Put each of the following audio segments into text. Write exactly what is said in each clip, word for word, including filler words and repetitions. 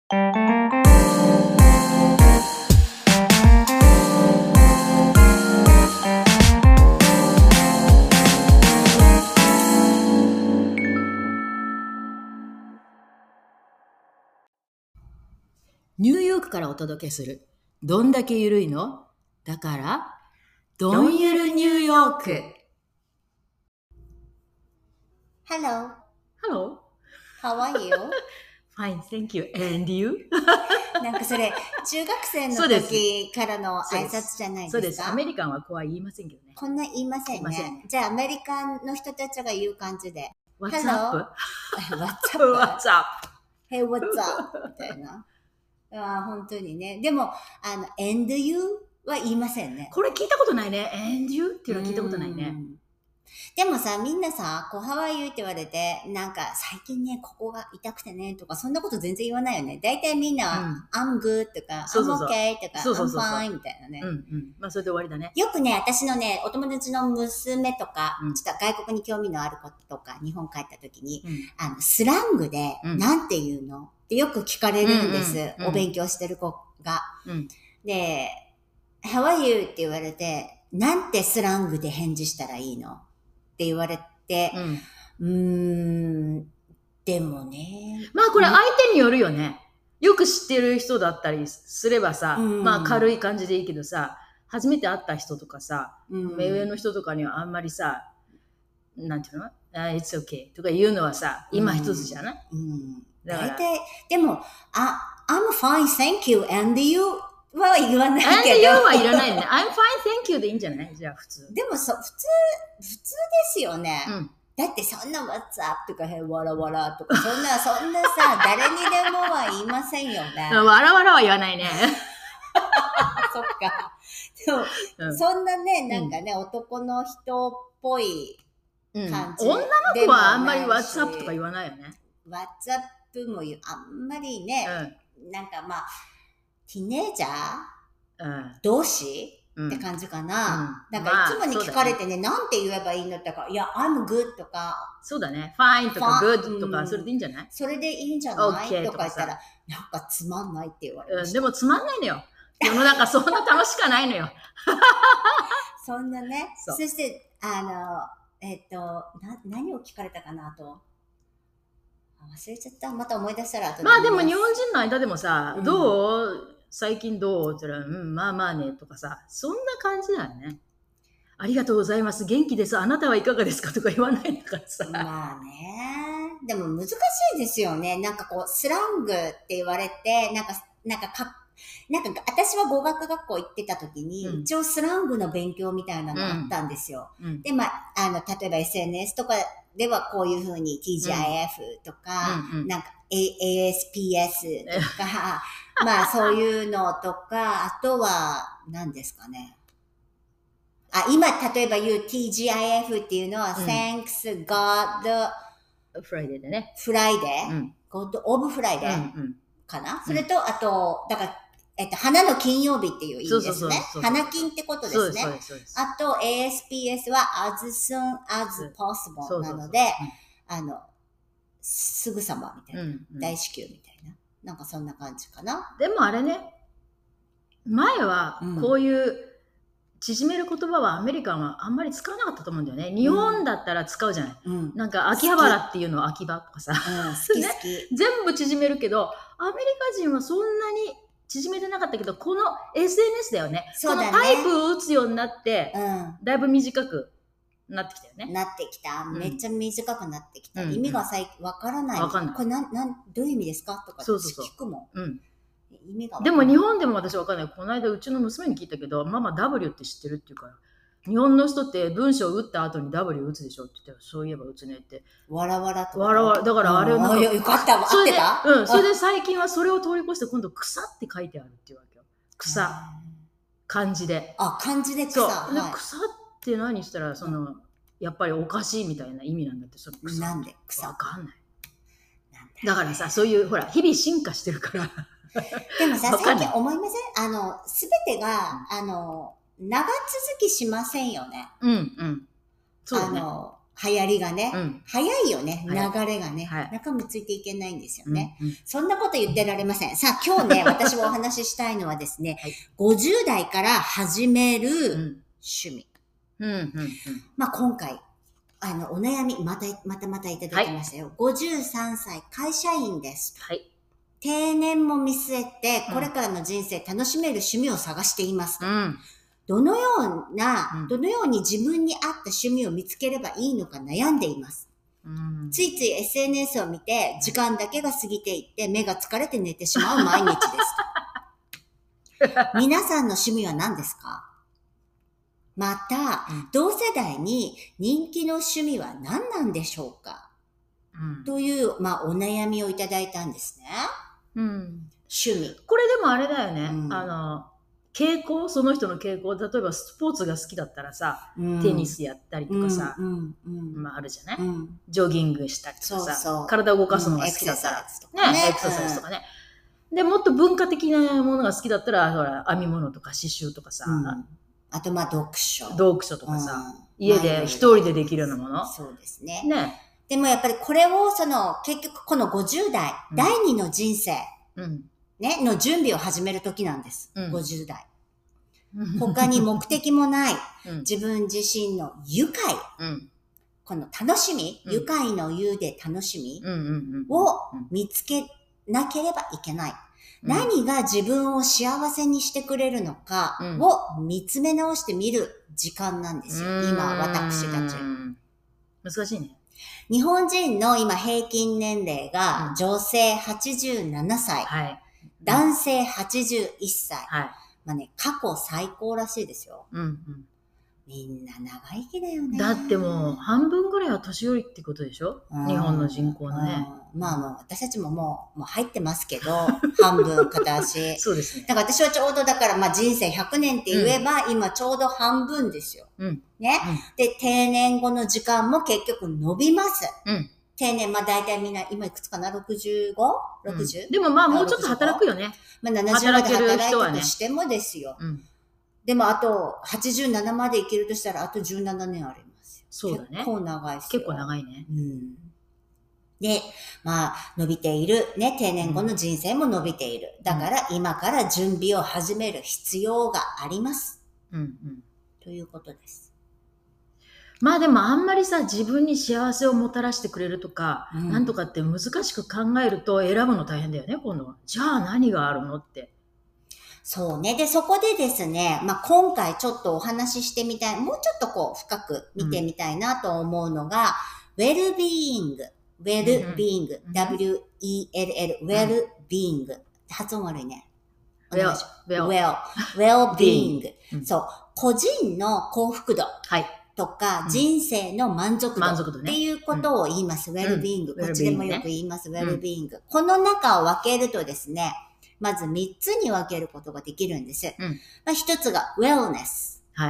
ニューヨークからお届けするどんだけゆるいの？だからどんゆるニューヨーク。 Hello. Hello. How are you? Fine, thank you. And you? なんかそれ中学生の時からの挨拶じゃないですか。 そうです。アメリカンはこうは言いませんけどね。 こんな言いませんね。 ませんね。 じゃあアメリカンの人たちが言う感じで What's Hello? up? What's up? What's up? Hey, what's up? みたいな。あ本当にね。でも、あの、and you は言いませんね。 これ聞いたことないね。and you っていうのは聞いたことないね。 でもさ、みんなさ、こう、How are you って言われて、なんか、最近ね、ここが痛くてね、とか、そんなこと全然言わないよね。大体みんなは、うん、I'm good とか、 そうそうそう I'm okay とか、 そうそうそうそう I'm fine みたいなね。 うんうん。まあ、それで終わりだね。 よくね、私のね、お友達の娘とか、 うん、 ちょっと外国に興味のある子とか、日本帰った時に、 うん、 あの、スラングで、うん、なんて言うのってよく聞かれるんです。うんうんうん、お勉強してる子が。うん、で、How are you って言われて、なんてスラングで返事したらいいのって言われて、うん、うーん、でもね。 まあこれ相手によるよね。よく知ってる人だったりすればさ、うん、まあ軽い感じでいいけどさ、初めて会った人とかさ、うん、目上の人とかにはあんまりさ、なんていうの、uh, It's okay とか言うのはさ、今一つじゃない、うんうん、 だから大体、でも、あ、I'm fine, thank you, and youは言わないけど。 and you はいらないね。I'm fine, thank you でいいんじゃない？じゃあ普通。 でもそ、普通、普通ですよね。うんだってそんな What's up とか、へわらわらとか、そんな、そんなさ、誰にでもは言いませんよね。 わらわらは言わないね。 そっか。でも、うん、そんなね、なんかね、うん、男の人っぽい感じ、うん。女の子はあんまり What's up とか言わないよね。 What's up も言う、あんまりね、うん、なんかまあ、ティネージャー、うん、同士って感じかな。うん、なんかいつもに聞かれてね、まあ、なんて言えばいいのって言ったから、いや、I'm good とか。 そうだね。fine とか good とか、それでいいんじゃない、うん、 それでいいんじゃない、okay、とか言ったら、なんかつまんないって言われました。 うん、でもつまんないのよ。世の中そんな楽しかないのよ。 そんなね。そ, そして、あの、えっとな、何を聞かれたかなと。忘れちゃった。また思い出したら後で。 まあでも日本人の間でもさ、うん、どう最近どうって言ったら、うん、まあまあねとかさ、そんな感じだよね。ありがとうございます。元気です。あなたはいかがですかとか言わないんだからさ。 まあね。でも難しいですよね。なんかこう、スラングって言われて、なんか、なんかか、なんか私は語学学校行ってた時に、うん、一応スラングの勉強みたいなのあったんですよ。うん、で、まあ、あの、例えば エスエヌエス とかではこういうふうに ティージーアイエフ とか、うんうん、なんか エーエスピーエス とか、まあそういうのとか、あとは何ですかね。あ、今例えば言う ティージーアイエフ っていうのは、うん、Thanks God Friday でね。 Friday、うん、God of Friday、うんうん、かな、うん、それと、あと、だから、えっと、花の金曜日っていう意味ですね。花金ってことですね。あと、エーエスピーエス は as soon as possible なので、あの、すぐさまみたいな、うんうん。大至急みたいな。なんかそんな感じかな。 でもあれね、前はこういう縮める言葉はアメリカンはあんまり使わなかったと思うんだよね。日本だったら使うじゃない。うん、なんか秋葉原っていうのは秋葉とかさ、うん、 好き好きね。全部縮めるけど、アメリカ人はそんなに縮めてなかったけど、この エスエヌエス だよね。そうだね。このタイプを打つようになって、うん、だいぶ短くなってきたよね。 なってきた。めっちゃ短くなってきた。うん、意味がさわからない。 わかんない。 これなん、なん、どういう意味ですかとかそうそうそう聞くもん。 うん。 意味がでも日本でも私わかんない。この間うちの娘に聞いたけど、ママ ダブリュー って知ってるって言うから、日本の人って文章を打った後に ダブリュー 打つでしょって言って、そういえば打つねって。 わらわらとか。 わらわら。だからあれをなんか。 よかったわ。合ってた？ うん。それで最近はそれを通り越して今度草って書いてあるっていうわけよ。草。漢字で。 あ、漢字で草。 そう。で、草って何したら、その、やっぱりおかしいみたいな意味なんだって、その草。 なんで草わかんない。だからさ、そういう、ほら、日々進化してるから。 でもさ、最近思いません？あの、すべてが、あの、長続きしませんよね。 うんうん。そうだね。 あの、 流行りがね、 うん、 早いよね、流れがね、 はい、 中身ついていけないんですよね、 うんうん。 そんなこと言ってられません。さあ今日ね、私がお話ししたいのはですね、はい、ごじゅう代から始める趣味。 うんうんうん、 まあ今回、あの、お悩み、また、またまたいただきましたよ。はい、ごじゅうさんさい、会社員です。 はい。 定年も見据えて、これからの人生楽しめる趣味を探しています。うん、どのような、うん、どのように自分に合った趣味を見つければいいのか悩んでいます。うん、ついつい エスエヌエス を見て、時間だけが過ぎていって、目が疲れて寝てしまう毎日です。皆さんの趣味は何ですか？また、うん、同世代に人気の趣味は何なんでしょうか、うん、という、まあ、お悩みをいただいたんですね。うん、趣味。 これでもあれだよね。うん、あの、傾向、その人の傾向、例えばスポーツが好きだったらさ、うん、テニスやったりとかさ、うんうんうん、まああるじゃない、うん、ジョギングしたりとかさ、そうそう、体を動かすのが好きだったら、うん、ね、エクササイズとかね。で、もっと文化的なものが好きだったら、ほら、編み物とか刺繍とかさ、うんあと、まあ、読書。 読書とかさ、うん、家で一人でできるようなもの。 そうですね。 ね。 でもやっぱりこれを、その、結局このごじゅう代、うん、第二の人生、うん、ね、の準備を始める時なんです。うん、ごじゅう代。他に目的もない、うん、自分自身の愉快、うん、この楽しみ、うん、愉快の愉で楽しみを見つけなければいけない。うん、何が自分を幸せにしてくれるのかを見つめ直してみる時間なんですよ。うん、今、私たち。 難しいね。 日本人の今平均年齢が女性はちじゅうななさい、はい、男性はちじゅういっさい。はい、まあね、過去最高らしいですよ。うんうん、みんな長生きだよね。 だってもう半分ぐらいは年寄りってことでしょ、うん、日本の人口のね。 うん、まあもう私たちももう、もう入ってますけど、半分片足。 そうですね。 だから私はちょうどだからまあ人生ひゃくねんって言えば、うん、今ちょうど半分ですよ。うん、ね、うん。で、定年後の時間も結局伸びます。うん、定年、まあ大体みんな今いくつかな ?ろくじゅうご?ろくじゅう? でもまあもうちょっと働くよね。 まあななじゅうまで働いたとしてもですよ。うんでもあとはちじゅうななまで生きるとしたらあとじゅうななねんありますよ。 そうだね。 結構長いですよ。 結構長いね。うん。 で、まあ伸びているね、定年後の人生も伸びている。だから今から準備を始める必要があります。うんうん。ということです。 まあでもあんまりさ、自分に幸せをもたらしてくれるとか、うん、なんとかって難しく考えると選ぶの大変だよね、今度は。じゃあ何があるのって。 そうね。で、そこでですね、まあ、今回ちょっとお話ししてみたい、もうちょっとこう深く見てみたいなと思うのが、うん、ウェルビーイング、ウェルビーイング、うん、ダブリューイーエルエル、ウェルビーイング。発音悪いね。 ウェル、ウェル、ウェルビーイング。そう。個人の幸福度。はい。とか、うん、人生の満足度っていうことを言います。ウェルビーイング。こっちでもよく言います。ウェルビーイング。この中を分けるとですね、まずみっつに分けることができるんです。うん、まあ、ひとつが wellness。はい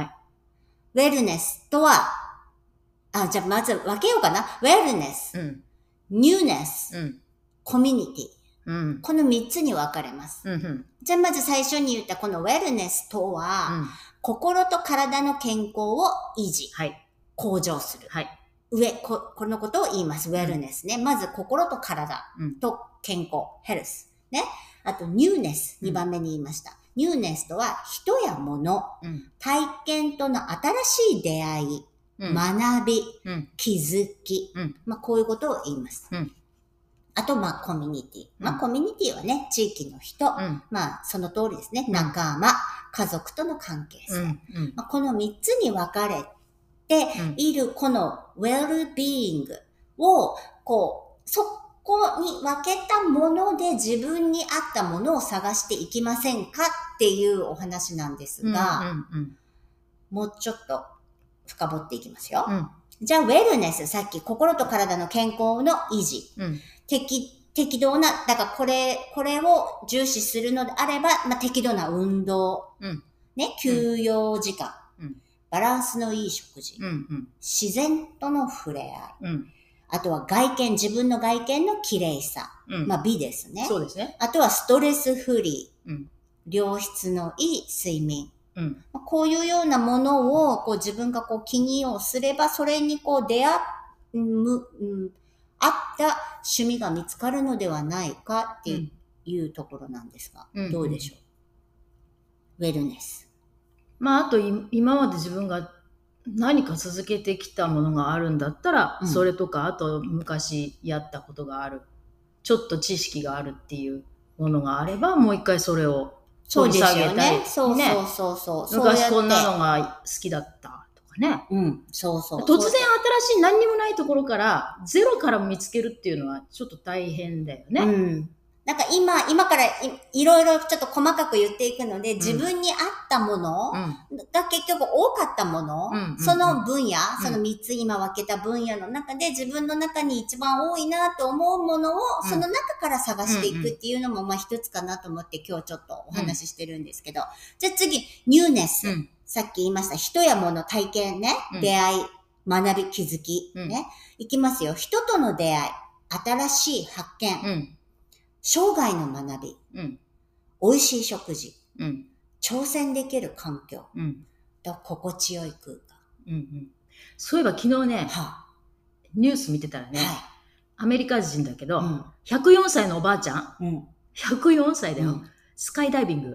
。wellness とは、あ、じゃあまず分けようかな。wellness、うん、newness、うん、community、うん。このみっつに分かれます。うんうん、じゃあまず最初に言ったこの wellness とは、うん、心と体の健康を維持、はい、向上する。はい。上こ、このことを言います。wellness ね。うん、まず心と体と健康、ヘルス。ね。あと、ニューネス、にばんめに言いました。うん、ニューネスとは、人や物、うん、体験との新しい出会い、うん、学び、うん、気づき、うん、まあ、こういうことを言います。うん、あと、まあ、コミュニティ。まあ、コミュニティはね、地域の人、うん、まあ、その通りですね。仲間、家族との関係性。うんうんまあ、このみっつに分かれている、この well-being を、こう、そここに分けたもので自分に合ったものを探していきませんかっていうお話なんですが、うんうんうん、もうちょっと深掘っていきますよ。うん、じゃあ、ウェルネス、さっき心と体の健康の維持、うん、適、適度な、だからこれ、これを重視するのであれば、まあ、適度な運動、うん、ね、休養時間、うん、バランスのいい食事、うんうん、自然との触れ合い、うんあとは外見、自分の外見の綺麗さ。うん、まあ美ですね。 そうですね。 あとはストレスフリー。うん、良質のいい睡眠。うんまあ、こういうようなものをこう自分がこう気にをすれば、それにこう出会っむ、うん、合った趣味が見つかるのではないかっていうところなんですが、うん、どうでしょう、うん、ウェルネス。 まあ、あと今まで自分が何か続けてきたものがあるんだったら、うん、それとか、あと昔やったことがある、ちょっと知識があるっていうものがあれば、もう一回それを掘り下げたり、ね、 そうそうそうそう。 昔こんなのが好きだったとかね。 うん、そうそう。 突然新しい何にもないところから、ゼロから見つけるっていうのはちょっと大変だよね。 うん。なんか今、今から い, いろいろちょっと細かく言っていくので、自分に合ったものが結局多かったもの、うん、その分野、うん、そのみっつ今分けた分野の中で自分の中に一番多いなと思うものを、その中から探していくっていうのもまあ一つかなと思って今日ちょっとお話ししてるんですけど、うん、じゃあ次、ニューネス。うん、さっき言いました人や物、体験ね、うん、出会い、学び、気づき、うん、ね。いきますよ。人との出会い、新しい発見。うん生涯の学び、うん、美味しい食事、うん、挑戦できる環境、うん、と心地よい空間、 うんうん。そういえば昨日ね、はあ、ニュース見てたらね、はい、アメリカ人だけど、うん、ひゃくよんさいのおばあちゃん、うん、ひゃくよんさいだよ、うん、スカイダイビング。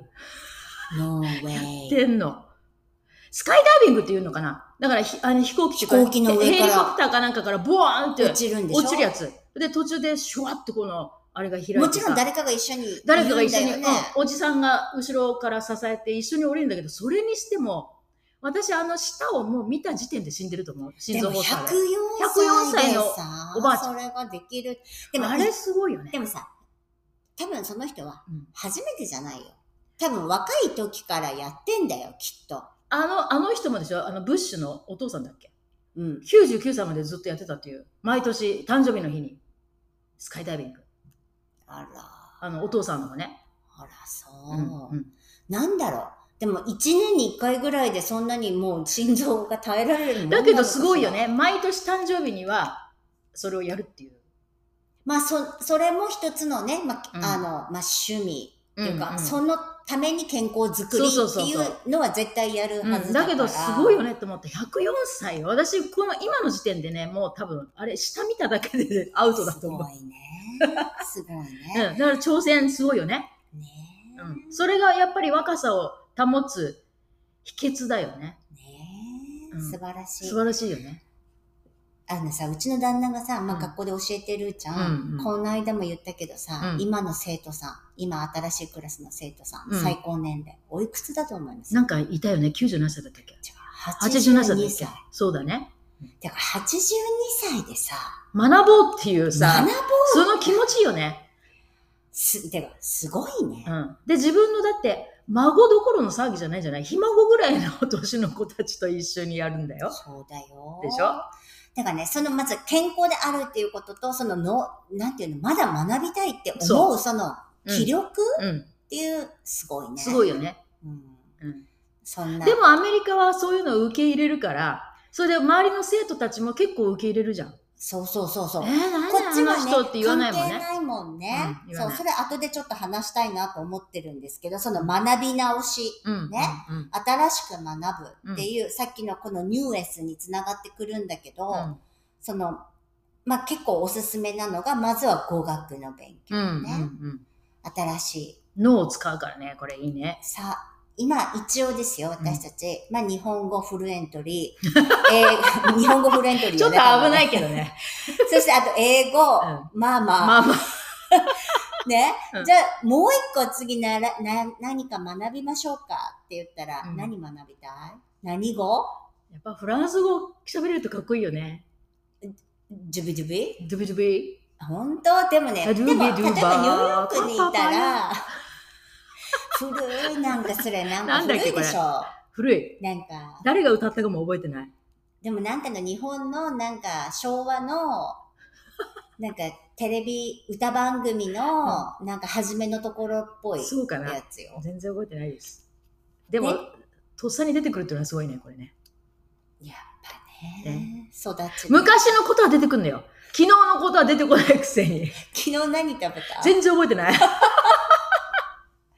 No way. やってんの。スカイダイビングっていうのかなだからあの飛行機とか飛行機の上からヘリコプターかなんかからボワーンって落ちるんでしょ落ちるやつ。で、途中でシュワッとこのあれが開いてさもちろん誰かが一緒にいるんだよね。 誰かが一緒に、うん、おじさんが後ろから支えて一緒に降りるんだけど、それにしても、私あの下をもう見た時点で死んでると思う。心臓発作で。 ひゃくよんさいのおばあちゃん。 それができる。でもあれすごいよね。 でもさ、多分その人は初めてじゃないよ。多分若い時からやってんだよ、きっと。 あの、あの人もでしょあのブッシュのお父さんだっけうん。きゅうじゅうきゅうさいまでずっとやってたっていう。毎年誕生日の日にスカイダイビング。 あら。 あの、お父さんのがね。 あら、そう。うんうん、なんだろう。でも、一年に一回ぐらいでそんなにもう心臓が耐えられるのだけどすごいよね。毎年誕生日には、それをやるっていう。 まあ、そ、それも一つのね、まあ、うん、あの、まあ、趣味っていうか、うんうん、そのために健康づくりっていうのは絶対やるはずだから。うん、 だけど、すごいよねって思って、ひゃくよんさい。私、この今の時点でね、もう多分、あれ、下見ただけでアウトだと思う。 すごいね。すごいね。 うん、だから挑戦すごいよね。 ねうん。それがやっぱり若さを保つ秘訣だよね。 ねえ、うん、素晴らしい。 素晴らしいよね。 あのさ、うちの旦那がさ、まあ、学校で教えてるじゃん。うんうん、この間も言ったけどさ、うん、今の生徒さん、今新しいクラスの生徒さん、うん、最高年齢、おいくつだと思いますなんかいたよね、きゅうじゅうななさいだったっけ ? はちじゅうにさい。 そうだね。 だからはちじゅうにさいでさ、 学ぼうっていうさ、 学ぼうその気持ちいいよね。 す、てか、すごいね。 うん。で、自分のだって、孫どころの騒ぎじゃないんじゃないひ孫ぐらいの年の子たちと一緒にやるんだよ。 そうだよ。 でしょだからね、そのまず健康であるっていうことと、そのの、なんていうの、まだ学びたいって思う、そ, その気力、うん、っていう、すごいね。 すごいよね。 うんうん、そんな。 でもアメリカはそういうのを受け入れるから、それで周りの生徒たちも結構受け入れるじゃん。 そうそうそうそう。 えー、何こっちはね、人って言わないもんね。 関係ないもんね、うん。そう、それ後でちょっと話したいなと思ってるんですけど、その学び直し、うん、ね、うんうん、新しく学ぶっていう、うん、さっきのこのニューエスにつながってくるんだけど、うん、その、まあ、結構おすすめなのが、まずは語学の勉強ね。うんうんうん、新しい。 脳を使うからね、これいいね。 さあ、今一応ですよ、私たち。うん、まあ、日本語フルエントリー。えー、日本語フルエントリー、ね、 ちょっと危ないけどね。 そして、あと英語、うん、まあまあ。 まあまあ。 ね、うん、じゃあ、もう一個次なら、な、何か学びましょうかって言ったら、うん、何学びたい何語やっぱフランス語喋れるとかっこいいよね。 ジュビジュビジュビジュビ本当でもね、でも、例えばニューヨークにいたら、古いなんかそれなんか古いでしょ古い。 なんか。 誰が歌ったかも覚えてない。 でもなんかの日本のなんか昭和のなんかテレビ歌番組のなんか初めのところっぽいやつよ。 そうかな。全然覚えてないです。でも、とっさに出てくるっていうのはすごいね、これね。 やっぱね。ね育ち。 昔のことは出てくるんだよ。昨日のことは出てこないくせに。 昨日何食べた？ 全然覚えてない。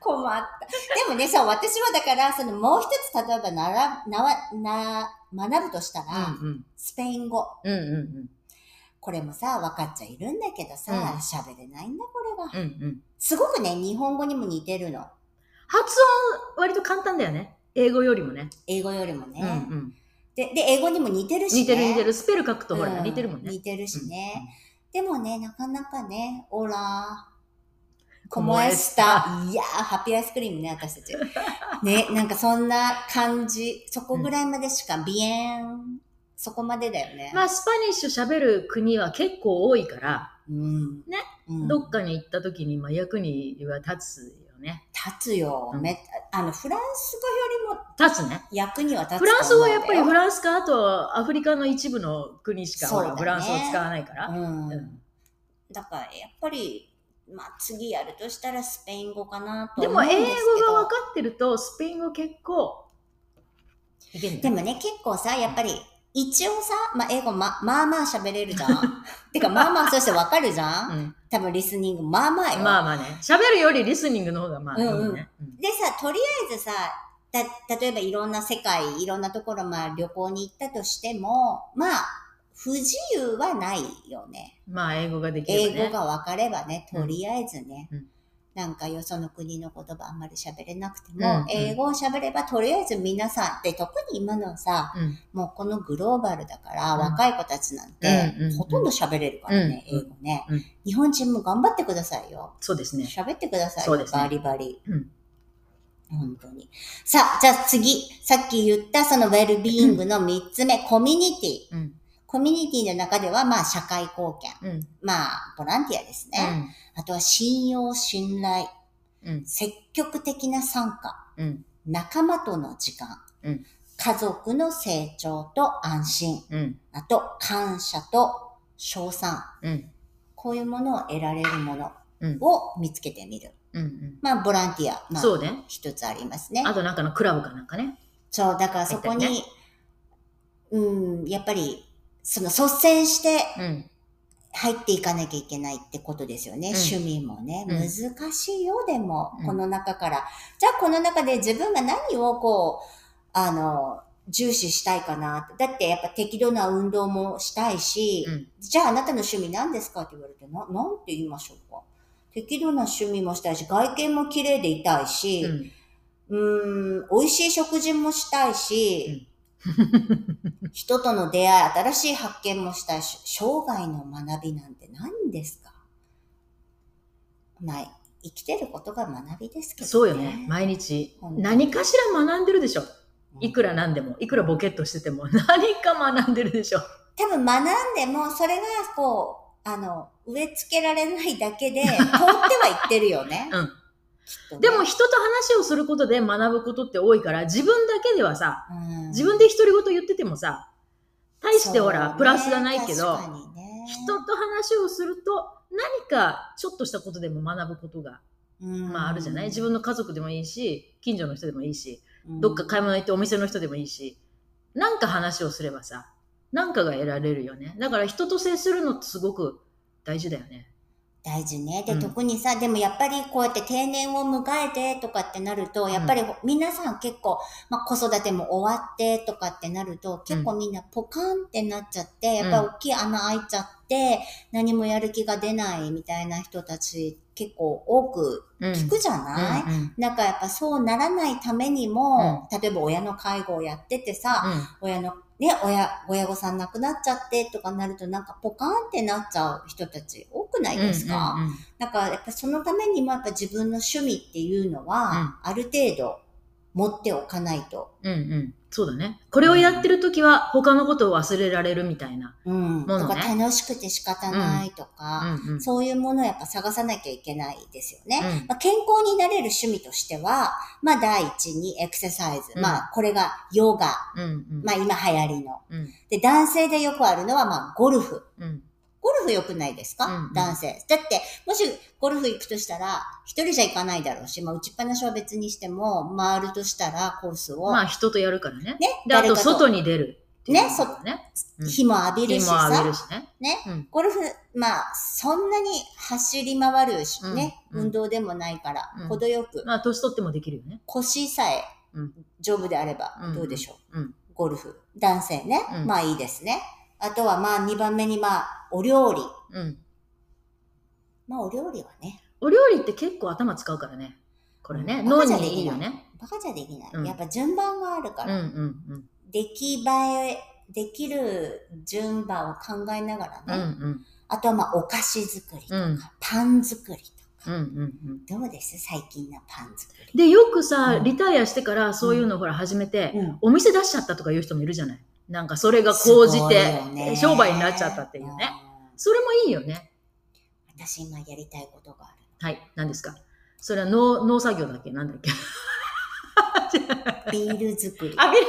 困った。でもね、そう、私はだから、そのもう一つ、例えばなら、なわ、な、学ぶとしたら、うんうん、スペイン語。うんうんうん、これもさ、分かっちゃいるんだけどさ、喋、うん、れないんだ、これが、うんうん。すごくね、日本語にも似てるの。 発音、割と簡単だよね。英語よりもね。 英語よりもね。うんうん、で、で、英語にも似てるしね。 似てる似てる。スペル書くとほら、うん、似てるもんね。 似てるしね。うんうん、でもね、なかなかね、オラー、コモエスタ。いやー、ハッピーアイスクリームね、私たち。ね、なんかそんな感じ。そこぐらいまでしか、うん、ビエン、そこまでだよね。 まあ、スパニッシュ喋る国は結構多いから、うん、ね、うん、どっかに行った時に、まあ、役には立つよね。 立つよ。うん、めあの、フランス語よりも、 立つね。 役には立つ。 フランス語はやっぱりフランスか、あとアフリカの一部の国しか、ほら、フランスを使わないから。うん。うん、 だから、やっぱり、まあ、次やるとしたらスペイン語かなと思うんですけど。 でも、英語が分かってると、スペイン語結構、 いけんね。でもね、結構さ、やっぱり、一応さ、まあ、英語ま、まあまあ喋れるじゃん。てか、まあまあそしてわかるじゃん、うん、多分リスニング、まあまあよ。 まあまあね。喋るよりリスニングの方がまあいいね。うんうん、 でさ、とりあえずさ、た、例えばいろんな世界、いろんなところ、まあ旅行に行ったとしても、まあ、不自由はないよね。 まあ、英語ができればね。 英語がわかればね、とりあえずね。うんうん、なんかよその国の言葉あんまり喋れなくても、うんうん、英語を喋ればとりあえず皆さんって特に今のさ、うん、もうこのグローバルだから、うん、若い子たちなんて、うん、ほとんど喋れるからね、うん、英語ね、うん。日本人も頑張ってくださいよ。 そうですね。 喋ってくださいよ。そうですね、バリバリ。うん本当に。さあ、じゃあ次、さっき言ったそのウェルビーイングの三つ目、コミュニティ。うんコミュニティの中では、まあ、社会貢献。うん、まあ、ボランティアですね。うん、あとは、信用、信頼。うん、積極的な参加。うん、仲間との時間。うん、家族の成長と安心。うん、あと、感謝と称賛。うん、こういうものを得られるものを見つけてみる。うんうん、まあ、ボランティア。まあ、そうね。一つありますね。 あと、なんかのクラブかなんかね。 そう、だからそこに、ね、うん、やっぱり、その率先して入っていかなきゃいけないってことですよね。うん、趣味もね、うん。難しいよ、でも、うん、この中から。じゃあこの中で自分が何をこう、あの、重視したいかなって。だってやっぱ適度な運動もしたいし、うん、じゃああなたの趣味何ですかって言われて、な、なんて言いましょうか。適度な趣味もしたいし、外見も綺麗でいたいし、うん、うーん、美味しい食事もしたいし、うん人との出会い、新しい発見もしたいし、生涯の学びなんて何ですか？まあ、生きてることが学びですけどね。 そうよね。毎日。何かしら学んでるでしょ。いくらなんでも。いくらボケっとしてても。何か学んでるでしょ。 多分学んでも、それがこう、あの、植え付けられないだけで、通ってはいってるよね。うん。 ね、でも人と話をすることで学ぶことって多いから、自分だけではさ、うん、自分で独り言言っててもさ、大してほら、ね、プラスがないけど、ね、人と話をすると何かちょっとしたことでも学ぶことが、うん、まああるじゃない。自分の家族でもいいし、近所の人でもいいし、うん、どっか買い物行ってお店の人でもいいし、なんか話をすればさ、なんかが得られるよね。だから人と接するのってすごく大事だよね。 大事ね。で、うん、特にさ、でもやっぱりこうやって定年を迎えてとかってなると、やっぱり皆さん結構、まあ子育ても終わってとかってなると、結構みんなポカンってなっちゃって、やっぱり大きい穴開いちゃって、何もやる気が出ないみたいな人たち結構多く聞くじゃない、うんうんうん、なんかやっぱそうならないためにも、うん、例えば親の介護をやっててさ、うん、親のね、親、親御さん亡くなっちゃってとかなるとなんかポカーンってなっちゃう人たち多くないですか？うんうんうん、だからやっぱそのためにもやっぱ自分の趣味っていうのは、ある程度持っておかないと。 うんうん。そうだね。これをやってるときは他のことを忘れられるみたいなものね。 うん。とか楽しくて仕方ないとか、うんうんうん、そういうものをやっぱ探さなきゃいけないですよね。うんまあ、健康になれる趣味としては、まあ第一にエクササイズ。うん、まあこれがヨガ。うんうん、まあ今流行りの、うん。で、男性でよくあるのはまあゴルフ。うんゴルフ良くないですか、うんうん、男性。だって、もしゴルフ行くとしたら、一人じゃ行かないだろうし、まあ、打ちっぱなしは別にしても、回るとしたらコースを。 まあ、人とやるからね。ね。で、あと、外に出る。 っていうね、そね。 日も浴びるしさ。 日も浴びるしね。 ね、うん、ゴルフ、まあ、そんなに走り回るしね、うん、運動でもないから、うん、程よく。 まあ、年取ってもできるよね。 腰さえ丈夫であれば、どうでしょう。うん、ゴルフ。男性ね、うん、まあいいですね。あとはまあにばんめにまあ、お料理。うん、まあお料理はね。 お料理って結構頭使うからね。これね、うん、脳にいいよね。 バカじゃできない。うん、やっぱ順番があるから。うんうんうん、出来栄え、できる順番を考えながらね。うんうん、あとはまあお菓子作りとか、うん、パン作りとか。うんうんうん、どうです最近のパン作り。 で、よくさ、うん、リタイアしてからそういうのをほら始めて、うん、お店出しちゃったとかいう人もいるじゃない。なんかそれが高じて商売になっちゃったっていうね。それもいいよね。 私今やりたいことがある。 はい、何ですか。それは農農作業だっけなんだっけビール作り。 あ、ビール。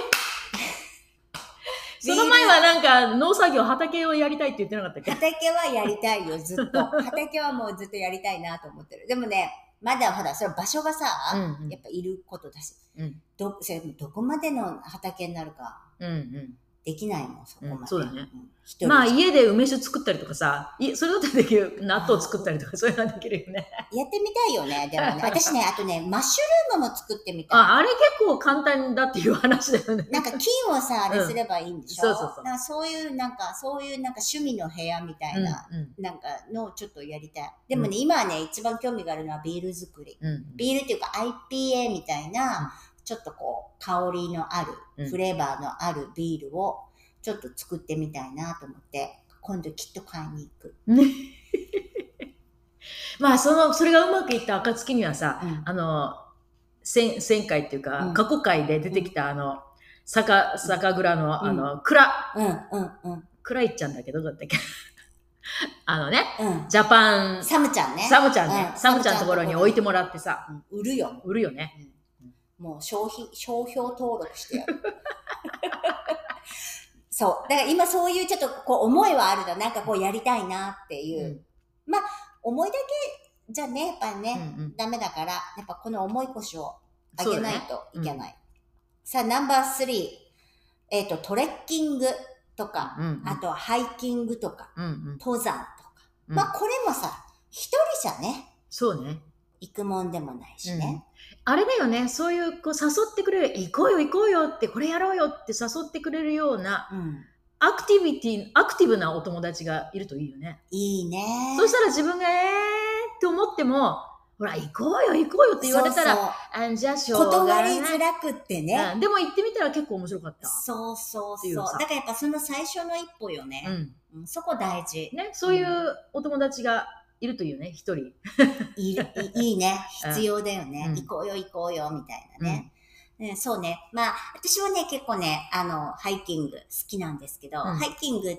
その前はなんか農作業、畑をやりたいって言ってなかったっけ。 畑はやりたいよ、ずっと。畑はもうずっとやりたいなと思ってる。でもね、まだほら、それ場所がさ、うんうん、やっぱいることだし、うん、ど, それどこまでの畑になるか、うんうん、できないもん、そこまで。うん、 そうだね。うん、まあ家で梅酒作ったりとかさ、それだったらできる。納豆作ったりとか、そういうのはできるよね。 やってみたいよね、でもね。私ね、あとね、マッシュルームも作ってみたい。 あ、あれ結構簡単だっていう話だよね。 なんか金をさ、あれすればいいんでしょ、うん、そうそうそう。なんかそういう、なんか、そういうなんか趣味の部屋みたいな、うんうん、なんかのをちょっとやりたい。でもね、うん、今はね、一番興味があるのはビール作り。うん、ビールっていうか アイピーエー みたいな、うん、ちょっとこう、香りのある、フレーバーのあるビールを、ちょっと作ってみたいなと思って、今度きっと買いに行く。 まあ、その、それがうまくいった暁にはさ、うん、あの、前、前回っていうか、うん、過去回で出てきた、あの、酒、酒蔵の、うん、あの、蔵。うんうんうん。蔵いっちゃんだけど、どうだったっけあのね、うん、ジャパン。 サムちゃんね。 サムちゃんね。うん、サムちゃんのところに置いてもらってさ。 うん、売るよ。 売るよね。 うん、もう商品、商標登録してやる。そう。だから今そういうちょっとこう思いはあるの。なんかこうやりたいなっていう。うん、まあ、思いだけじゃね、やっぱりね、うんうん、ダメだから、やっぱこの重い腰を上げないといけない。ね、うん、さあ、ナンバースリー。えっと、トレッキングとか、うんうん、あとはハイキングとか、うんうん、登山とか。うん、まあ、これもさ、一人じゃね。 そうね。 行くもんでもないしね。 うん、あれだよね、そういうこう誘ってくれる、行こうよ行こうよって、これやろうよって誘ってくれるような、うん、アクティビティ、アクティブなお友達がいるといいよね。 いいね。 そしたら自分がえーって思っても、ほら行こうよ行こうよって言われたら、そうそうあじゃあしょうがない。 断りづらくってね、 うん。でも行ってみたら結構面白かった。 そうそうそう。だからやっぱその最初の一歩よね。うん、そこ大事。 ね、そういうお友達がいるというね、一人。 い, いいね。必要だよね、うん。行こうよ行こうよみたいなね。うん、そうね。まあ、私はね、結構ね、あの、ハイキング好きなんですけど、うん、ハイキングって、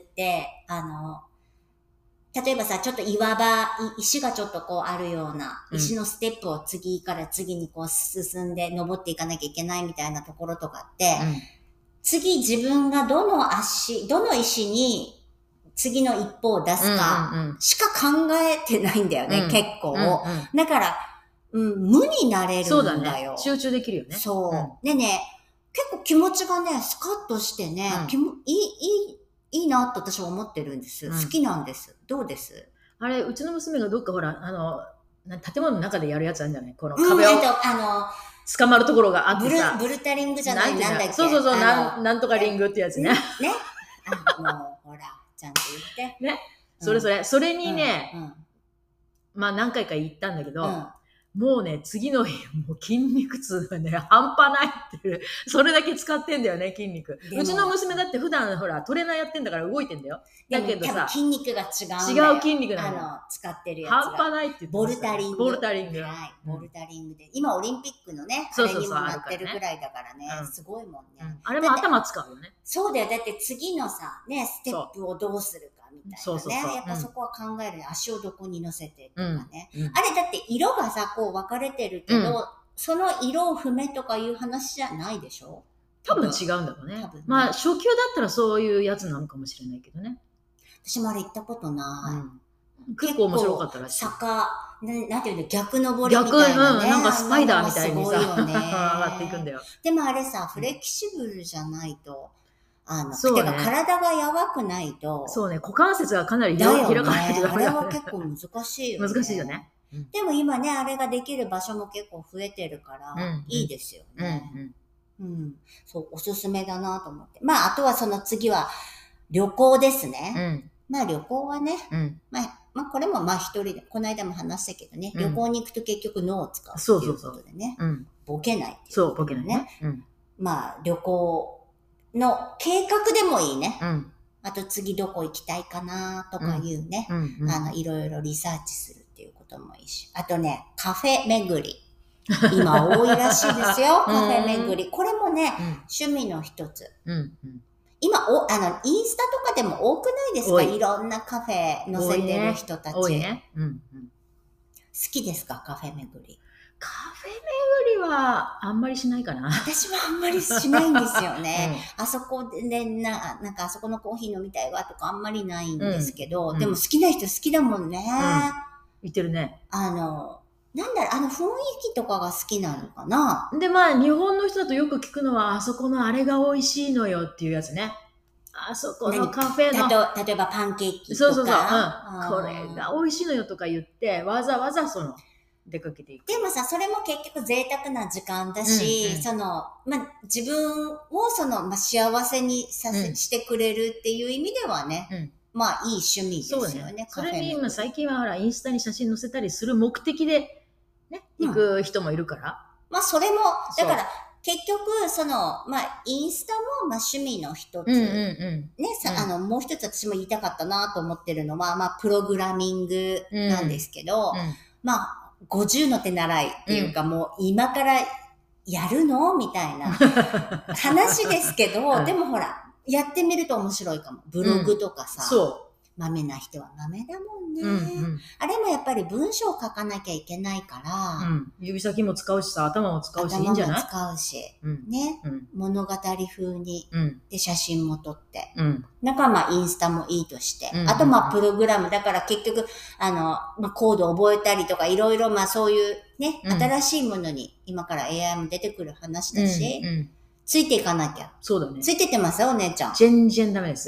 あの、例えばさ、ちょっと岩場、石がちょっとこうあるような、石のステップを次から次にこう進んで登っていかなきゃいけないみたいなところとかって、うん、次自分がどの足、どの石に次の一歩を出すかしか考えてないんだよね、うん、結構、うんうん。だから、うん、無になれるんだよ。 そうだね。集中できるよね。 そう。うん、でね、結構気持ちがね、スカッとしてね、うん、気もいい、いい、いいなと私は思ってるんです、うん。好きなんです。どうです？ あれ、うちの娘がどっかほら、あの、建物の中でやるやつあるんじゃない？この壁を。うん、えっと、あの、捕まるところがあってさ。 ブル、ブルタリングじゃない、なんだっけ？ そうそうそう、なん、なんとかリングってやつね。ね。 あもう、ほら、ちゃんと言って。 ね。それそれ、それにね、うんうん、まあ何回か行ったんだけど、うんもうね、次の日、もう筋肉痛がね、半端ないっていう、それだけ使ってんだよね、筋肉。うちの娘だって普段ほら、トレーナーやってんだから動いてんだよ。だけどさ、 筋肉が違うんだよ。 違う筋肉なの。 あの、使ってるやつが。半端ないって言ってボルタリング。 ボルタリング。 はい、ボルタリングで。今オリンピックのね、あれにもなってるくらいだからね、すごいもんね、 うん。あれも頭使うよね。 そうだよ。だって次のさ、ね、ステップをどうするかみたいなね。そうそうそう。やっぱそこは考えるね。足をどこに乗せてとかね。うんうん、あれだって色がさ、こう分かれてるけど、うん、その色を踏めとかいう話じゃないでしょ？ 多分違うんだろうね。ねまあ初級だったらそういうやつなのかもしれないけどね。 私もあれ行ったことない。 うん、結構面白かったらしい。 坂、な, なんていうの、逆登りみたいなね。 逆、うん、なんかスパイダーみたいにさ、上がっていくんだよ。 でもあれさ、フレキシブルじゃないと、 あの、 そうね、 てか体がやばくないと。 そうね、股関節がかなり開かないとダメだよね。 あれは結構難しいよね。 難しいよね。 うん、でも今ね、あれができる場所も結構増えてるから、うんうん、いいですよね、うんうん。うん。そう、おすすめだなと思って。まあ、あとはその次は旅行ですね。うん、まあ旅行はね、うん、まあ、まあこれもまあ一人で、この間も話したけどね、うん、旅行に行くと結局脳を使うっていうことでね、そうそうそう、うん、ボケないっていう、ね。 そう、ボケないね。うん、 まあ旅行の計画でもいいね。うん、あと次どこ行きたいかなとかいうね、うんうん、あのいろいろリサーチするっていうこともいいし。あとね、カフェ巡り。今多いらしいですよ、カフェ巡り。これもね、うん、趣味の一つ。うんうん、今お、あの、インスタとかでも多くないですか？いろんなカフェ載せてる人たち。 多いね。うんうん、好きですか？カフェ巡り。 カフェ巡りはあんまりしないかな。 私はあんまりしないんですよね。うん、あそこでな、なんかあそこのコーヒー飲みたいわとかあんまりないんですけど、うん、でも好きな人好きだもんね。うん、 言ってるね。 あの、なんだろう、あの雰囲気とかが好きなのかな。 で、まあ日本の人だとよく聞くのは、あそこのあれが美味しいのよっていうやつね。あそこのカフェの。 例えばパンケーキとか。 そうそうそう。うん、これが美味しいのよとか言って、わざわざその、出かけていく。 でもさ、それも結局贅沢な時間だし、うんうん、その、まあ、自分をその、まあ、幸せにさせ、うん、してくれるっていう意味ではね、うん、まあいい趣味ですよね。そうね。 それに今最近はほら、インスタに写真載せたりする目的で、ね、行く人もいるから。うん、 まあそれも、だから、結局、その、まあ、インスタも、まあ、趣味の一つ。うんうんうん、ね、さ、うん、あの、もう一つ私も言いたかったなと思ってるのは、まあ、プログラミングなんですけど、うんうん、まあ、ごじゅうの手習いっていうか、うん、もう今からやるのみたいな話ですけど、はい、でもほら、やってみると面白いかも。ブログとかさ。うん、そう。豆な人は豆だもんね、うんうん。あれもやっぱり文章を書かなきゃいけないから。 うん、指先も使うしさ、頭も使うし、いいんじゃない？ 頭も使うし。うん、ね、うん。物語風に、うん。で、写真も撮って。うん。だからまあインスタもいいとして。うん、あとまあプログラム。だから結局、あの、まあコード覚えたりとかいろいろまあそういうね、うん、新しいものに今から エーアイ も出てくる話だし、うんうん、ついていかなきゃ。 そうだね。 ついてってますお姉ちゃん。 全然ダメです。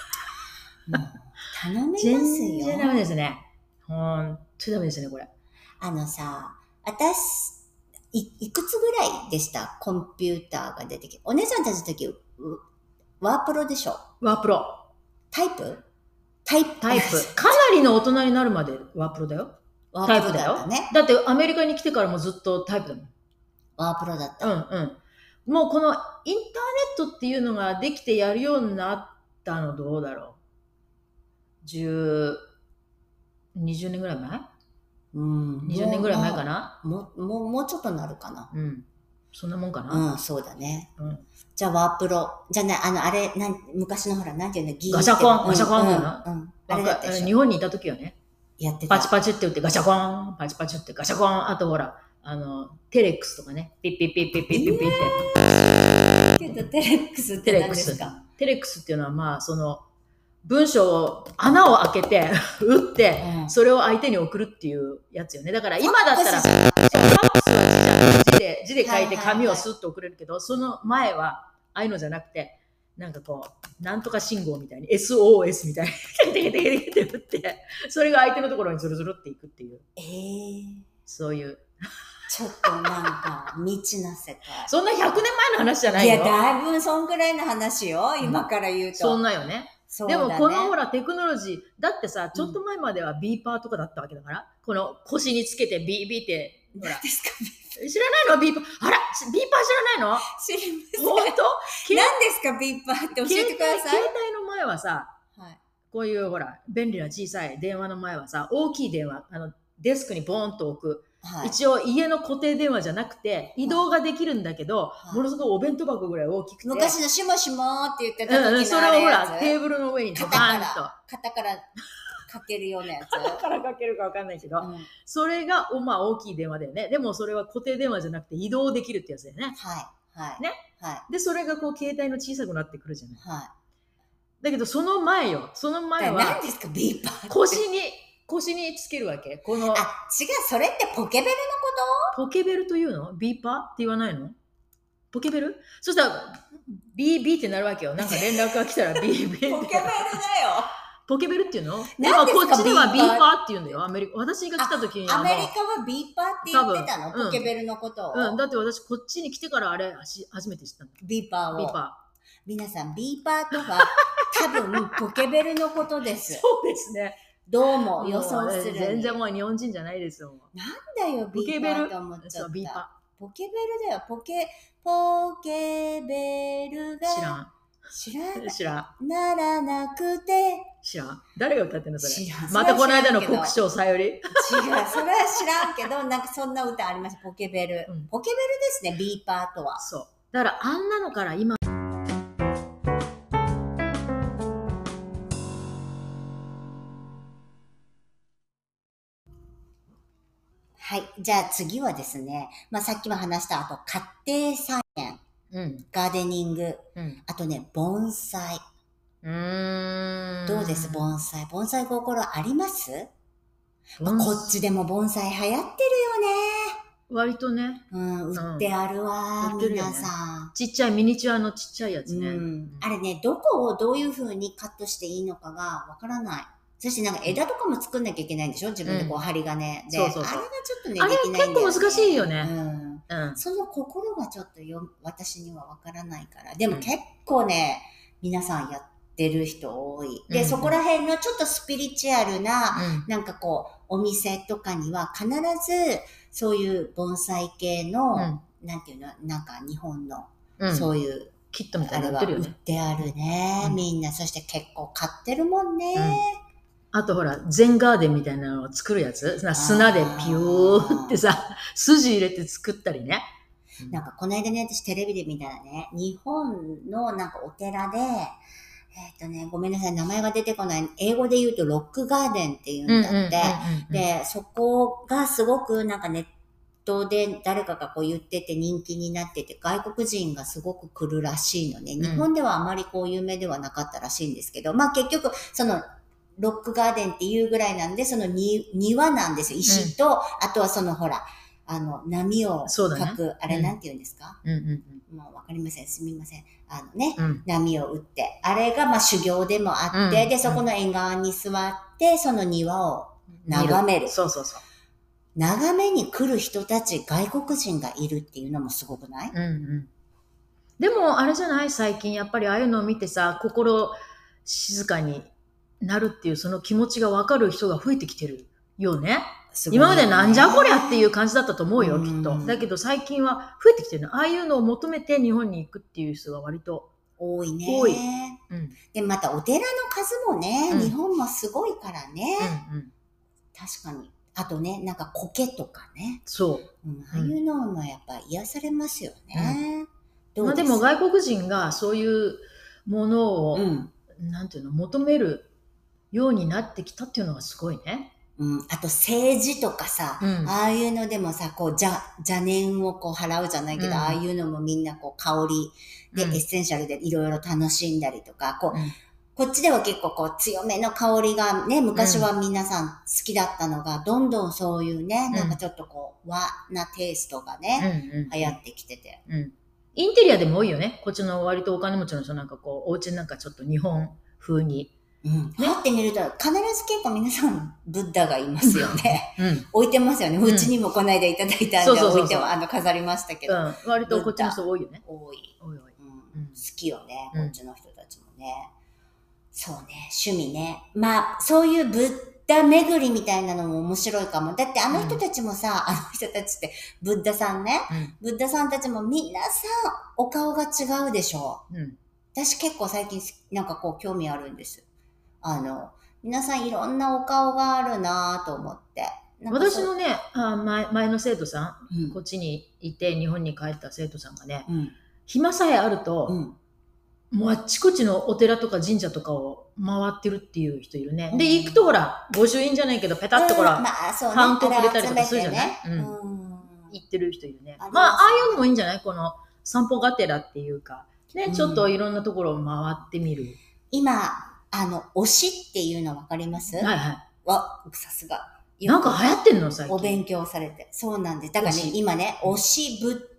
頼みますよ。 全然ダメですね。ほんとダメですね、これ。 あのさ、私、い、いくつぐらいでしたコンピューターが出てきて。お姉さんたちの時、ワープロでしょ？ ワープロ。 タイプタイプ。 タイプ。かなりの大人になるまでワープロだよ。ワープロだよ。タイプだよ。ね。だってアメリカに来てからもずっとタイプだもん。 ワープロだった。 うんうん。もうこのインターネットっていうのができてやるようになったのどうだろう。じゅう、にじゅうねんぐらい前？うん。にじゅうねんぐらい前かな？ もう、もう、もうちょっとなるかな。 うん。そんなもんかな。 うん、そうだね。うん。じゃあワープロ。じゃあね、あの、あれ、なん昔のほら、なんていうの、 ギーガシャコン、ガシャコンだよな。うん。あれだったでしょ。日本にいた時はね。 やってた。 パチパチって言ってガシャコン、パチパチってガシャコン。あとほら、あの、テレックスとかね。ピッピッピッピッピッピッピッって。けど、テレックスって何ですか？ テレックスっていうのは、まあ、その、文章を、穴を開けて、打って、うん、それを相手に送るっていうやつよね。だから今だったら、ファックスは字で、字で書いて紙をスッと送れるけど、その前は、ああいうのじゃなくて、なんかこう、なんとか信号みたいに、エスオーエス みたいに、テケテケテケテケって打って、それが相手のところにズルズルっていくっていう。 えー、 そういう。 ちょっとなんか、未知な世界。 そんなひゃくねんまえの話じゃないよ。 いや、だいぶそんくらいの話よ、今から言うと。 そんなよね。でもこのほらテクノロジー、だってさ、ちょっと前まではビーパーとかだったわけだから、この腰につけてビービーって、ほら。 ですか知らないのビーパー。あらビーパー知らないの？ 知りません。 本当？何ですかビーパーって教えてください。 携帯の前はさ、はい、こういうほら、便利な小さい電話の前はさ、大きい電話、あの、デスクにボーンと置く。はい、一応家の固定電話じゃなくて移動ができるんだけど、はい、ものすごいお弁当箱ぐらい大きくて昔のしもしもって言ってた時のあれやつ、うん、 それをほらテーブルの上にドバーンと肩からかけるようなやつ肩からかけるかわかんないけど、うん、それがまあ大きい電話だよね。でもそれは固定電話じゃなくて移動できるってやつだよね。 はいはいね、はい、でそれがこう携帯の小さくなってくるじゃない、 はい、 だけどその前よその前は何ですかビーパーって腰に腰につけるわけ。この。 あ、違う、それってポケベルのこと？ポケベルというの？ビーパーって言わないの？ ポケベル？そしたら、ビービー ってなるわけよ。なんか連絡が来たら ビービー って。 ポケベルだよ。 ポケベルっていうの？ でもこっちではビーパーって言うんだよ。アメリカ。私が来た時に。 アメリカはビーパーって言ってたの？ポケベルのことを。 うん。だって私こっちに来てからあれ初めて知ったの。 ビーパーを。 ビーパー。 皆さん、ビーパーとは多分ポケベルのことです。 そうですね。 どうも予想する。 全然もう日本人じゃないですよ。 なんだよ、ビーパーと思っちゃった。ビーパー。ポケベルだよ。ポケ、ポケベルが。 知らん。 知らん。 知らん。ならなくて。 知らん。誰が歌ってんのそれ。 知らん。 またこの間の国章さより。違う。 それは知らんけど、なんかそんな歌ありました。ポケベル。うん、ポケベルですね、ビーパーとは。 そう。だからあんなのから今。 はい。じゃあ次はですね、まあさっきも話した後、家庭菜園、うん、ガーデニング、うん、あとね、盆栽。うーんどうです盆栽。盆栽心あります？まあ、こっちでも盆栽流行ってるよね。 割とね。 うん、売ってあるわ、うん、皆さん。 ちっちゃいミニチュアのちっちゃいやつね。 うん、あれね、どこをどういう風にカットしていいのかがわからない。そしてなんか枝とかも作んなきゃいけないんでしょ自分でこう針金で、うん。そうそうそう。あれがちょっとね、できないんだよね。 あれ結構難しいよね。 うんうん、その心がちょっとよ私にはわからないから。でも結構ね、皆さんやってる人多い。で、うん、そこら辺のちょっとスピリチュアルな、うん、なんかこう、お店とかには必ずそういう盆栽系の、うん、なんていうの、なんか日本の、うん、そういう、 キットみたいなの売ってるよね。 売ってあるね、うん。みんな、そして結構買ってるもんね。うんあとほら、全ガーデンみたいなのを作るやつ砂でピューってさ、筋入れて作ったりね。 なんかこの間ね、私テレビで見たらね、日本のなんかお寺で、えっとね、ごめんなさい、名前が出てこない。英語で言うとロックガーデンって言うんだって。で、そこがすごくなんかネットで誰かがこう言ってて人気になってて、外国人がすごく来るらしいのね。日本ではあまりこう有名ではなかったらしいんですけど、まあ結局、その、ロックガーデンっていうぐらいなんで、そのに庭なんですよ。石と、うん、あとはそのほら、あの、波を描く、ね、あれなんて言うんですか、うんうんうん、もうわかりません。すみません。あのね、うん、波を打って。あれがまあ修行でもあって、うん、で、そこの縁側に座って、その庭を眺める。 そうそうそう。 眺めに来る人たち、外国人がいるっていうのもすごくない？ うんうん。でも、あれじゃない最近、やっぱりああいうのを見てさ、心静かになるっていうその気持ちが分かる人が増えてきてるよね。ね今までなんじゃこりゃっていう感じだったと思うよ、うん、きっと。だけど最近は増えてきてるの。ああいうのを求めて日本に行くっていう人が割と多いね。 多い。 うん、で、またお寺の数もね、うん、日本もすごいからね、うんうん。確かに。あとね、なんか苔とかね。 そう。 うん、ああいうのもやっぱ癒されますよね。 うん、まあでも外国人がそういうものを、うん、なんていうの、求めるようになってきたっていうのがすごいね。 うん。あと政治とかさ、うん、ああいうのでもさ、こう、邪、邪念をこう払うじゃないけど、うん、ああいうのもみんなこう、香りで、うん、エッセンシャルでいろいろ楽しんだりとか、こう、うん、こっちでは結構こう、強めの香りがね、昔は皆さん好きだったのが、どんどんそういうね、うん、なんかちょっとこう、和なテイストがね、うんうん、流行ってきてて。 うんインテリアでも多いよね。こっちの割とお金持ちの人なんかこう、お家なんかちょっと日本風に。 うん。ね、ってみると、必ず結構皆さん、ブッダがいますよね。うん、置いてますよね。うちにもこの間いただいたんで、置いても、あの、飾りましたけど。うん。 割とこっちの人多いよね。 多い。多い多い。うん。好きよね。こっちの人たちもね。そうね。趣味ね。まあ、そういうブッダ巡りみたいなのも面白いかも。だってあの人たちもさ、うん、あの人たちって、ブッダさんね。うん、ブッダさんたちも皆さん、お顔が違うでしょ。うん。私結構最近、なんかこう、興味あるんです。あの、皆さんいろんなお顔があるなぁと思って。 私のね、あ前、前の生徒さん、うん、こっちにいて日本に帰った生徒さんがね、うん、暇さえあると、うん、もうあっちこっちのお寺とか神社とかを回ってるっていう人いるね。うん、で、行くとほら、御朱印じゃないけど、ペタッとほら、うんまあそうね、ハンコくれたりとかするじゃない、ねうん、行ってる人いるね。あまあ、ああいうのもいいんじゃないこの散歩がてらっていうか、ね、ちょっといろんなところを回ってみる。 今、あの、推しっていうの分かります？はいはい。わ、さすが。 なんか流行ってんの最近。 お勉強されて。そうなんです。だからね、今ね、推しブッ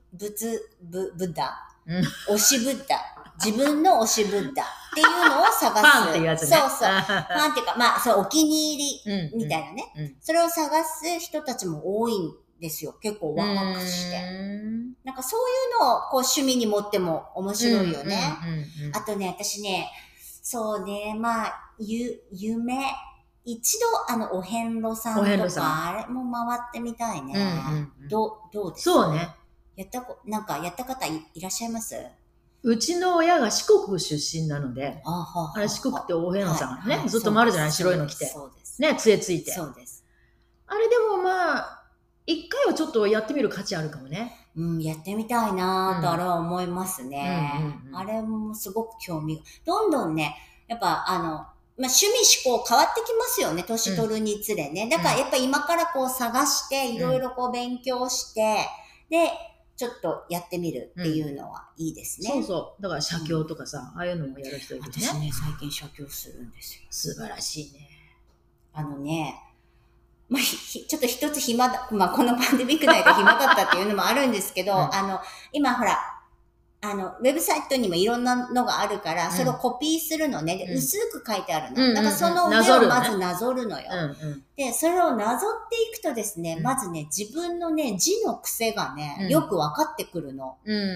仏、ブ、ブッダ、 うん、 推しブッダ、自分の推しブッダっていうのを探す。 ファンっていうやつね。 そうそう。ファンっていうか、まあ、そう、お気に入りみたいなね、 うんうん。 それを探す人たちも多いんですよ。結構若くして。なんかそういうのをこう趣味に持っても面白いよね。あとね、私ね、そうね、まあ、ゆ、夢、一度、あの、お遍路さんとか、あれも回ってみたいね。うんうんうん、どう、どうですか？ そうね。 やったこ、なんか、やった方 い, いらっしゃいます？ うちの親が四国出身なので、あ, はあれ四国ってお遍路さんがね、はいはい、ずっと回るじゃない、白いの着て。そうです。ね、杖ついて。 そうです。 あれでもまあ、一回はちょっとやってみる価値あるかもね。 うん、やってみたいなぁとあれは思いますね、うんうんうん。あれもすごく興味が。どんどんね、やっぱあの、まあ、趣味思考変わってきますよね、年取るにつれね。うん、だからやっぱ今からこう探して、いろいろこう勉強して、うん、で、ちょっとやってみるっていうのはいいですね。 うん、そうそう。だから写経とかさ、うん、ああいうのもやる人いるね。 私ね、最近写経するんですよ。 素晴らしいね。 あのね、まあ、ちょっと一つ暇だ、まあ、このパンデミック内で暇だったっていうのもあるんですけど、うん、あの、今ほら、あの、ウェブサイトにもいろんなのがあるから、うん、それをコピーするのね。で、うん、薄く書いてあるの。うん、だからその上をまずなぞるのよ。うんうん、で、それをなぞっていくとですね、うん、まずね、自分のね、字の癖がね、うん、よく分かってくるの。うんうんうん、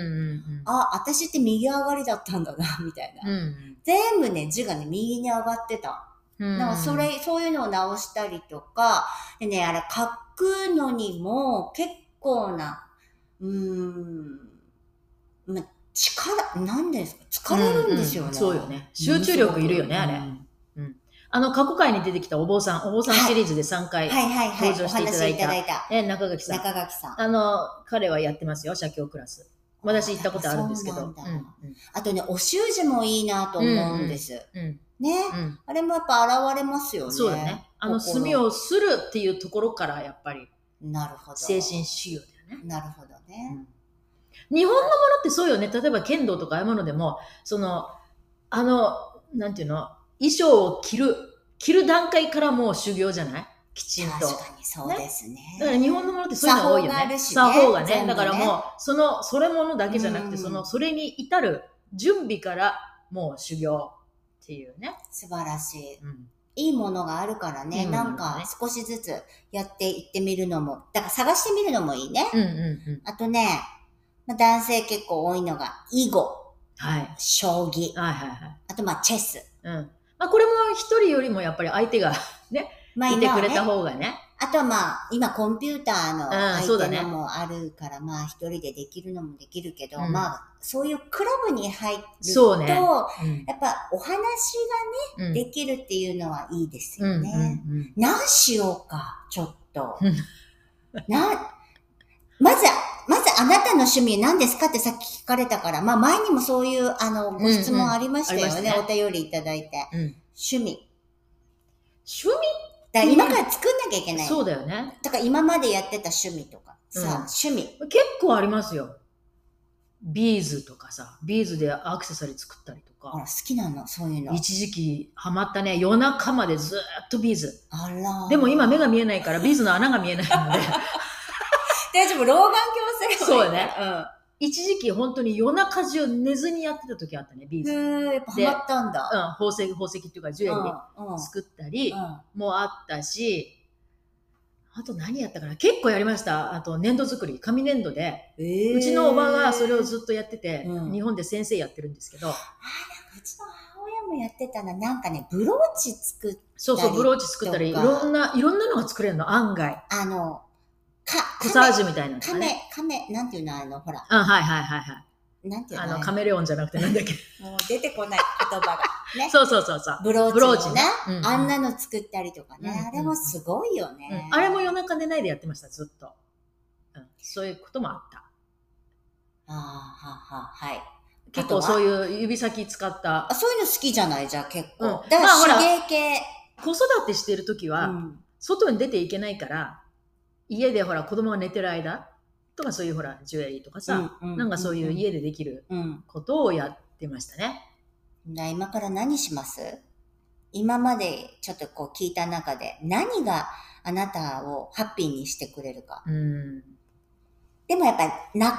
あ、私って右上がりだったんだな、みたいな。うん、全部ね、字がね、右に上がってた。だからそれ、そういうのを直したりとか、でね、あれ書くのにも結構な、うーん、ま、力、なんですか、疲れるんですよね、 うんうん。そうよね。集中力いるよね、あれ。うんうん、あの、過去回に出てきたお坊さん、お坊さんシリーズでさんかい登場していただいた、はいはいはい、いただいたね、中垣さん。 中垣さん。 あの、彼はやってますよ、写経クラス。私行ったことあるんですけど。うんうん、 あとね、お習字もいいなと思うんです。うんうんうんね、うん、あれもやっぱ現れますよね。 そうだね。あの墨をするっていうところからやっぱり、 なるほど。 精神修養だよね。 なるほどね、 うん。日本のものってそうよね。例えば剣道とかああいうものでも、その、あの、なんていうの、衣装を着る、着る段階からもう修行じゃない？きちんと。 確かにそうですね。 だから日本のものってそういうのが多いよね。作法がね。だからもう、その、それものだけじゃなくて、その、それに至る準備からもう修行。っていうね、 素晴らしい、うん、いいものがあるからね、いいものがね、なんか少しずつやっていってみるのも、だから探してみるのもいいね、うんうんうん、あとね、まあ、男性結構多いのが囲碁、はい、将棋、はいはいはい、あとまあチェス、 うんまあ、これも一人よりもやっぱり相手がね、まあ、いてくれた方がね。 あとはまあ、今コンピューターの相手のもあるから、うんね、まあ一人でできるのもできるけど、うん、まあそういうクラブに入ると、ねうん、やっぱお話がね、うん、できるっていうのはいいですよね。うんうんうん、何しようか、ちょっと。な、まず、まずあなたの趣味何ですかってさっき聞かれたから、まあ前にもそういうあのご質問ありましたよね、うんうんね、お便りいただいて。うん、趣味。 趣味だから今から作んなきゃいけない。 そうだよね。 だから今までやってた趣味とかさ、うん、趣味。 結構ありますよ。ビーズとかさ、ビーズでアクセサリー作ったりとか。 あら、好きなのそういうの。 一時期ハマったね。夜中までずーっとビーズ。 あら。 でも今目が見えないからビーズの穴が見えないので。 大丈夫、老眼鏡すればいい。 そうね。うん。一時期本当に夜中中寝ずにやってた時あったね、ビーズ。 へー、やっぱハマったんだ。 うん、宝石、宝石っていうかジュエリー作ったりもあったし、あと何やったかな、結構やりました。あと粘土作り、紙粘土で、えー、うちのおばがそれをずっとやってて、うん、日本で先生やってるんですけど。あ、なんかうちの母親もやってたな。なんかね、ブローチ作ったり。 そうそう、ブローチ作ったり、いろんな、いろんなのが作れるの、案外。 あの、か、 コサージュみたいなの、ね。 カメ、カメ、なんていうのあの、ほら。 あ、はいはいはいはい。 なんていうのあの、カメレオンじゃなくてなんだっけ。 もう出てこない言葉が。ね。 そうそうそうそう。 ブローチ、ね。ブローチね、うんうん。あんなの作ったりとかね。うんうん、あれもすごいよね、 うん。あれも夜中寝ないでやってました、ずっと。うん、そういうこともあった。 ああ、はは、はい。 結構そういう指先使った。 あ、そういうの好きじゃないじゃあ結構。 うん、 だから手芸系、 まあ。子育てしてるときは、うん、外に出ていけないから、家でほら子供が寝てる間、とかそういうほらジュエリーとかさ、うんうん、なんかそういう家でできることをやってましたね。 うん、今から何します？今までちょっとこう聞いた中で何があなたをハッピーにしてくれるか。うん、でもやっぱり仲間は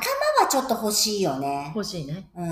はちょっと欲しいよね。 欲しいね。 うん。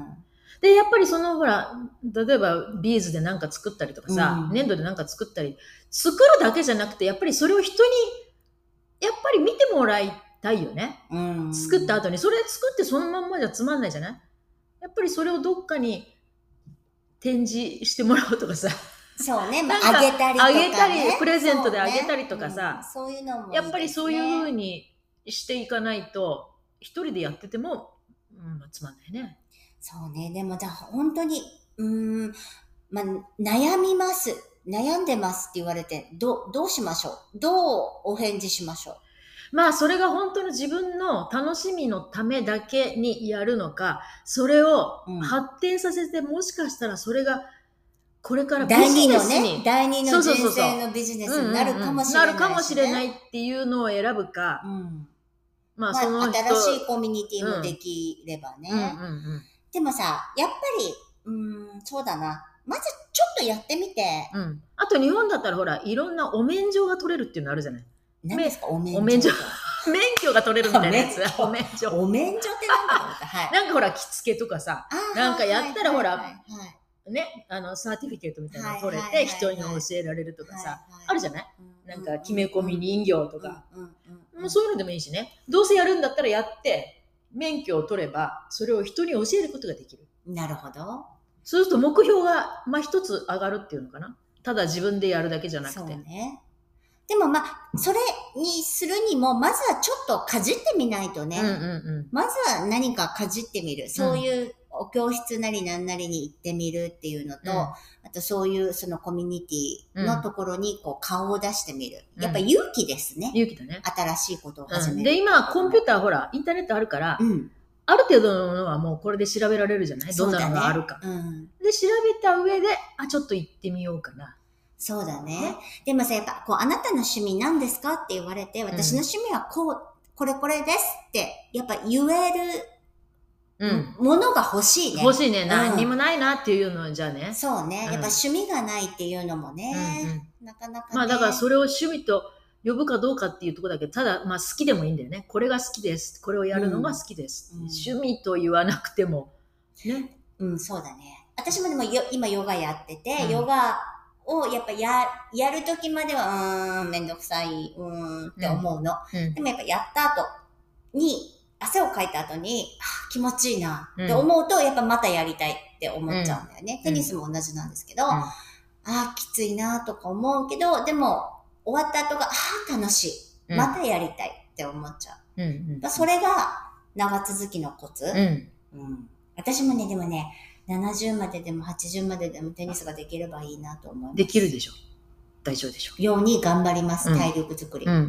で、やっぱりそのほら、例えばビーズでなんか作ったりとかさ、 うん、 粘土でなんか作ったり、作るだけじゃなくて、やっぱりそれを人に、やっぱり見てもらいたいよね。うん、作った後に、それ作ってそのまんまじゃつまんないじゃない？やっぱりそれをどっかに展示してもらうとかさ。 そうね、まあ、あげたりとか、ね。 あげたり、プレゼントであげたりとかさ。 そうね、うん、そういうのもいいですね。 やっぱりそういう風にしていかないと、一人でやってても、うん、つまんないね。 そうね。でも、じゃあ、本当に、うーん、まあ、悩みます。悩んでますって言われて、ど、どうしましょう？どうお返事しましょう？まあ、それが本当の自分の楽しみのためだけにやるのか、それを発展させて、うん、もしかしたらそれが、これからビジネスに。 第二のね、第二の人生のビジネスになるかもしれない、ね。 なるかもしれないっていうのを選ぶか。うん、 まあ、その人、新しいコミュニティもできればね。うんうんうんうん、でもさ、やっぱり、うーん、そうだな。まずちょっとやってみて。 うん。あと日本だったらほら、いろんなお免状が取れるっていうのあるじゃない。 何ですか、お免状。 お免状。免許が取れるみたいなやつ。お免状。 お免状って何だろうか。はい。 なんかほら、着付けとかさ、なんかやったらほら、はいはいはい、ね、あの、サーティフィケートみたいなの取れて、人に教えられるとかさ、あるじゃない、なんか、決め込み人形とか。もうそういうのでもいいしね。どうせやるんだったらやって、免許を取れば、それを人に教えることができる。 なるほど。 そうすると目標が、まあ一つ上がるっていうのかな。ただ自分でやるだけじゃなくて。 そうね。でもまあ、それにするにも、まずはちょっとかじってみないとね。うんうんうん、まずは何かかじってみる。そういうお教室なりなんなりに行ってみるっていうのと、うん、あとそういうそのコミュニティのところにこう顔を出してみる。やっぱ勇気ですね。 勇気だね。 新しいことを始める、 うん。で、今コンピューターほら、インターネットあるから、うん、ある程度のものはもうこれで調べられるじゃない、どんなのがあるか。うん、で、調べた上で、あ、ちょっと行ってみようかな。 そうだね。でもさ、やっぱ、こう、あなたの趣味何ですかって言われて、私の趣味はこう、うん、これこれですって、やっぱ言える、うん、ものが欲しいね。 欲しいね。何にもないなっていうのはじゃあね。 そうね。やっぱ趣味がないっていうのもね、うんうん、なかなかね。 まあだからそれを趣味と呼ぶかどうかっていうところだけど、ただ、まあ好きでもいいんだよね。これが好きです。これをやるのが好きです。うん、趣味と言わなくても、ね。 うん、そうだね。私もでもよ今ヨガやってて、うん、ヨガ、をやっぱや、やるときまでは、うーん、めんどくさい、うーんって思うの。うんうん、でもやっぱやった後に、汗をかいた後に、あ、気持ちいいなって思うと、うん、やっぱまたやりたいって思っちゃうんだよね。うん、テニスも同じなんですけど、うん、ああ、きついなとか思うけど、でも終わった後が、ああ、楽しい。またやりたいって思っちゃう。うんうん、それが長続きのコツ。うんうん、私もね、でもね、ななじゅうまででもはちじゅうまででもテニスができればいいなと思います。 できるでしょ。大丈夫でしょ。 ように頑張ります、うん、体力作り。 うんうんうん。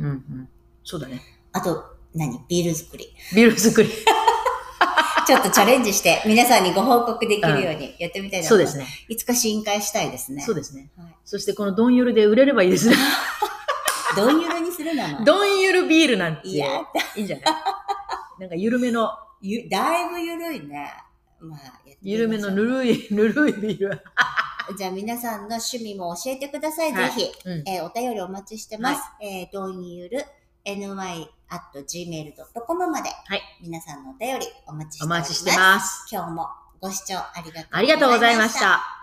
そうだね。 あと、何ビール作り。 ビール作り。 ちょっとチャレンジして、皆さんにご報告できるようにやってみたいな、うん。 そうですね。 いつか深海したいですね。 そうですね。はい、そしてこのドンユルで売れればいいですね。 ドンユルにするなのドンユルビールなんて。 いやだ。 いいんじゃないなんか緩めの。 ゆだいぶ緩いね。まあ、 緩めのぬるい、ぬるいビール。 じゃあ皆さんの趣味も教えてください。はい、ぜひ、うん、えー、お便りお待ちしてます。はい、えー、どんゆる エヌワイ アット ジーメール ドット コム まで、はい、皆さんのお便りお待ちしております。 お待ちしてます。 今日もご視聴ありがとうございました。 ありがとうございました。